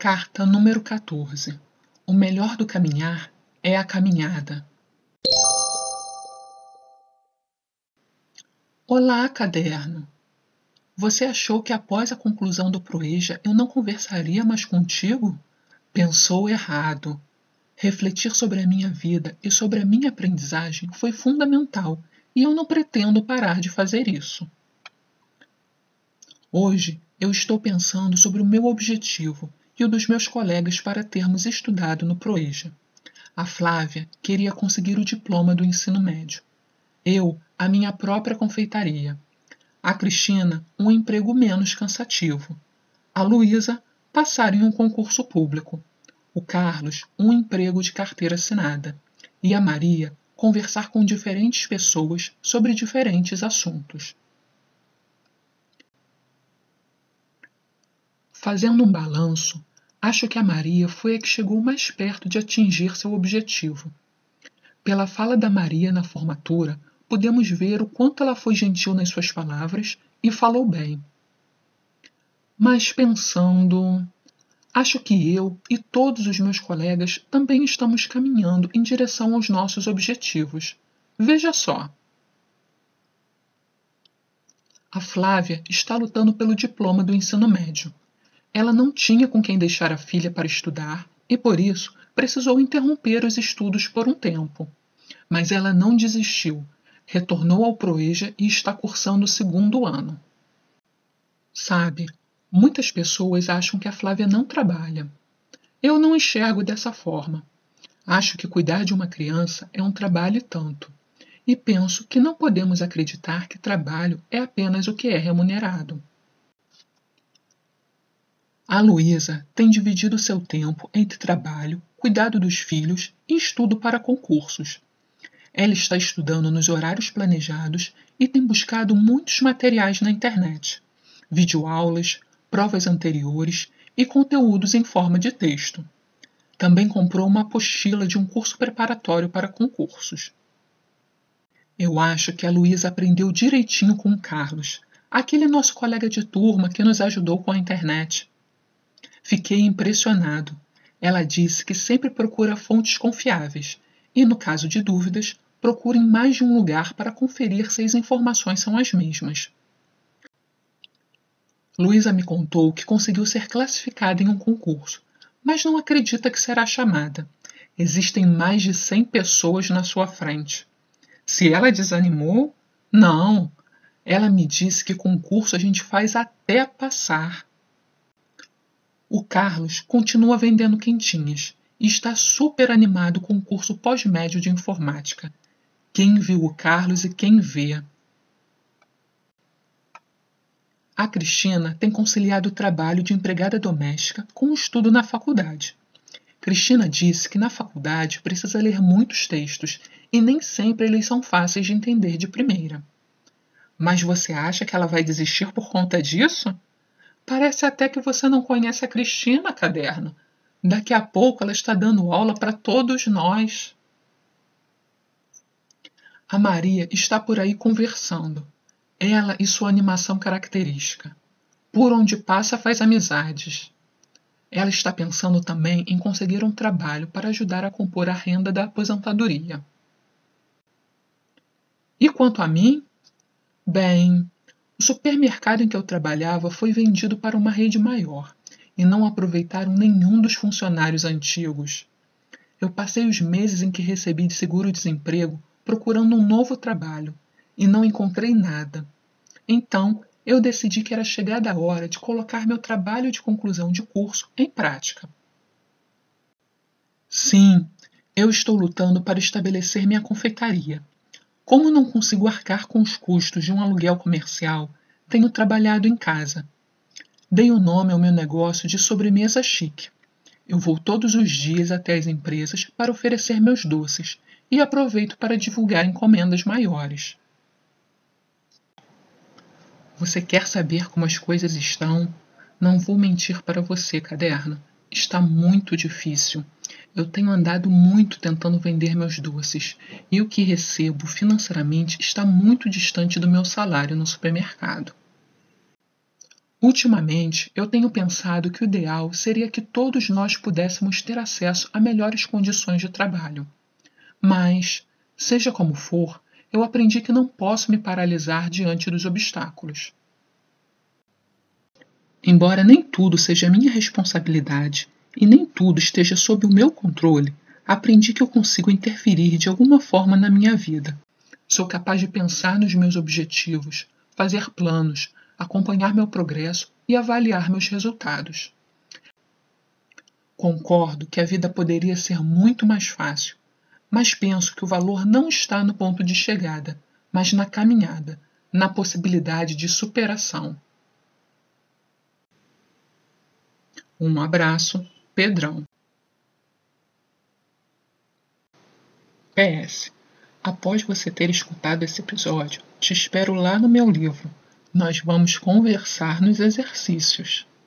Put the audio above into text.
Carta número 14. O melhor do caminhar é a caminhada. Olá, caderno. Você achou que após a conclusão do Proeja eu não conversaria mais contigo? Pensou errado. Refletir sobre a minha vida e sobre a minha aprendizagem foi fundamental e eu não pretendo parar de fazer isso. Hoje eu estou pensando sobre o meu objetivo e o dos meus colegas para termos estudado no Proeja. A Flávia queria conseguir o diploma do ensino médio. Eu, a minha própria confeitaria. A Cristina, um emprego menos cansativo. A Luísa, passar em um concurso público. O Carlos, um emprego de carteira assinada. E a Maria, conversar com diferentes pessoas sobre diferentes assuntos. Fazendo um balanço, acho que a Maria foi a que chegou mais perto de atingir seu objetivo. Pela fala da Maria na formatura, podemos ver o quanto ela foi gentil nas suas palavras e falou bem. Mas pensando, acho que eu e todos os meus colegas também estamos caminhando em direção aos nossos objetivos. Veja só. A Flávia está lutando pelo diploma do ensino médio. Ela não tinha com quem deixar a filha para estudar e, por isso, precisou interromper os estudos por um tempo. Mas ela não desistiu, retornou ao Proeja e está cursando o 2º ano. Sabe, muitas pessoas acham que a Flávia não trabalha. Eu não enxergo dessa forma. Acho que cuidar de uma criança é um trabalho e tanto. E penso que não podemos acreditar que trabalho é apenas o que é remunerado. A Luísa tem dividido seu tempo entre trabalho, cuidado dos filhos e estudo para concursos. Ela está estudando nos horários planejados e tem buscado muitos materiais na internet, videoaulas, provas anteriores e conteúdos em forma de texto. Também comprou uma apostila de um curso preparatório para concursos. Eu acho que a Luísa aprendeu direitinho com o Carlos, aquele nosso colega de turma que nos ajudou com a internet. Fiquei impressionado. Ela disse que sempre procura fontes confiáveis e, no caso de dúvidas, procura em mais de um lugar para conferir se as informações são as mesmas. Luísa me contou que conseguiu ser classificada em um concurso, mas não acredita que será chamada. Existem mais de 100 pessoas na sua frente. Se ela desanimou? Não. Ela me disse que concurso a gente faz até passar. O Carlos continua vendendo quentinhas e está super animado com o curso pós-médio de informática. Quem viu o Carlos e quem vê. A Cristina tem conciliado o trabalho de empregada doméstica com o estudo na faculdade. Cristina disse que na faculdade precisa ler muitos textos e nem sempre eles são fáceis de entender de primeira. Mas você acha que ela vai desistir por conta disso? Parece até que você não conhece a Cristina, caderno. Daqui a pouco ela está dando aula para todos nós. A Maria está por aí conversando. Ela e sua animação característica. Por onde passa faz amizades. Ela está pensando também em conseguir um trabalho para ajudar a compor a renda da aposentadoria. E quanto a mim? Bem, o supermercado em que eu trabalhava foi vendido para uma rede maior e não aproveitaram nenhum dos funcionários antigos. Eu passei os meses em que recebi de seguro-desemprego procurando um novo trabalho e não encontrei nada. Então, eu decidi que era chegada a hora de colocar meu trabalho de conclusão de curso em prática. Sim, eu estou lutando para estabelecer minha confeitaria. Como não consigo arcar com os custos de um aluguel comercial, tenho trabalhado em casa. Dei o nome ao meu negócio de sobremesa chique. Eu vou todos os dias até as empresas para oferecer meus doces e aproveito para divulgar encomendas maiores. Você quer saber como as coisas estão? Não vou mentir para você, caderno. Está muito difícil. Eu tenho andado muito tentando vender meus doces e o que recebo financeiramente está muito distante do meu salário no supermercado. Ultimamente, eu tenho pensado que o ideal seria que todos nós pudéssemos ter acesso a melhores condições de trabalho. Mas, seja como for, eu aprendi que não posso me paralisar diante dos obstáculos. Embora nem tudo seja minha responsabilidade e nem tudo esteja sob o meu controle, aprendi que eu consigo interferir de alguma forma na minha vida. Sou capaz de pensar nos meus objetivos, fazer planos, acompanhar meu progresso e avaliar meus resultados. Concordo que a vida poderia ser muito mais fácil, mas penso que o valor não está no ponto de chegada, mas na caminhada, na possibilidade de superação. Um abraço, Pedrão. PS. Após você ter escutado esse episódio, te espero lá no meu livro. Nós vamos conversar nos exercícios.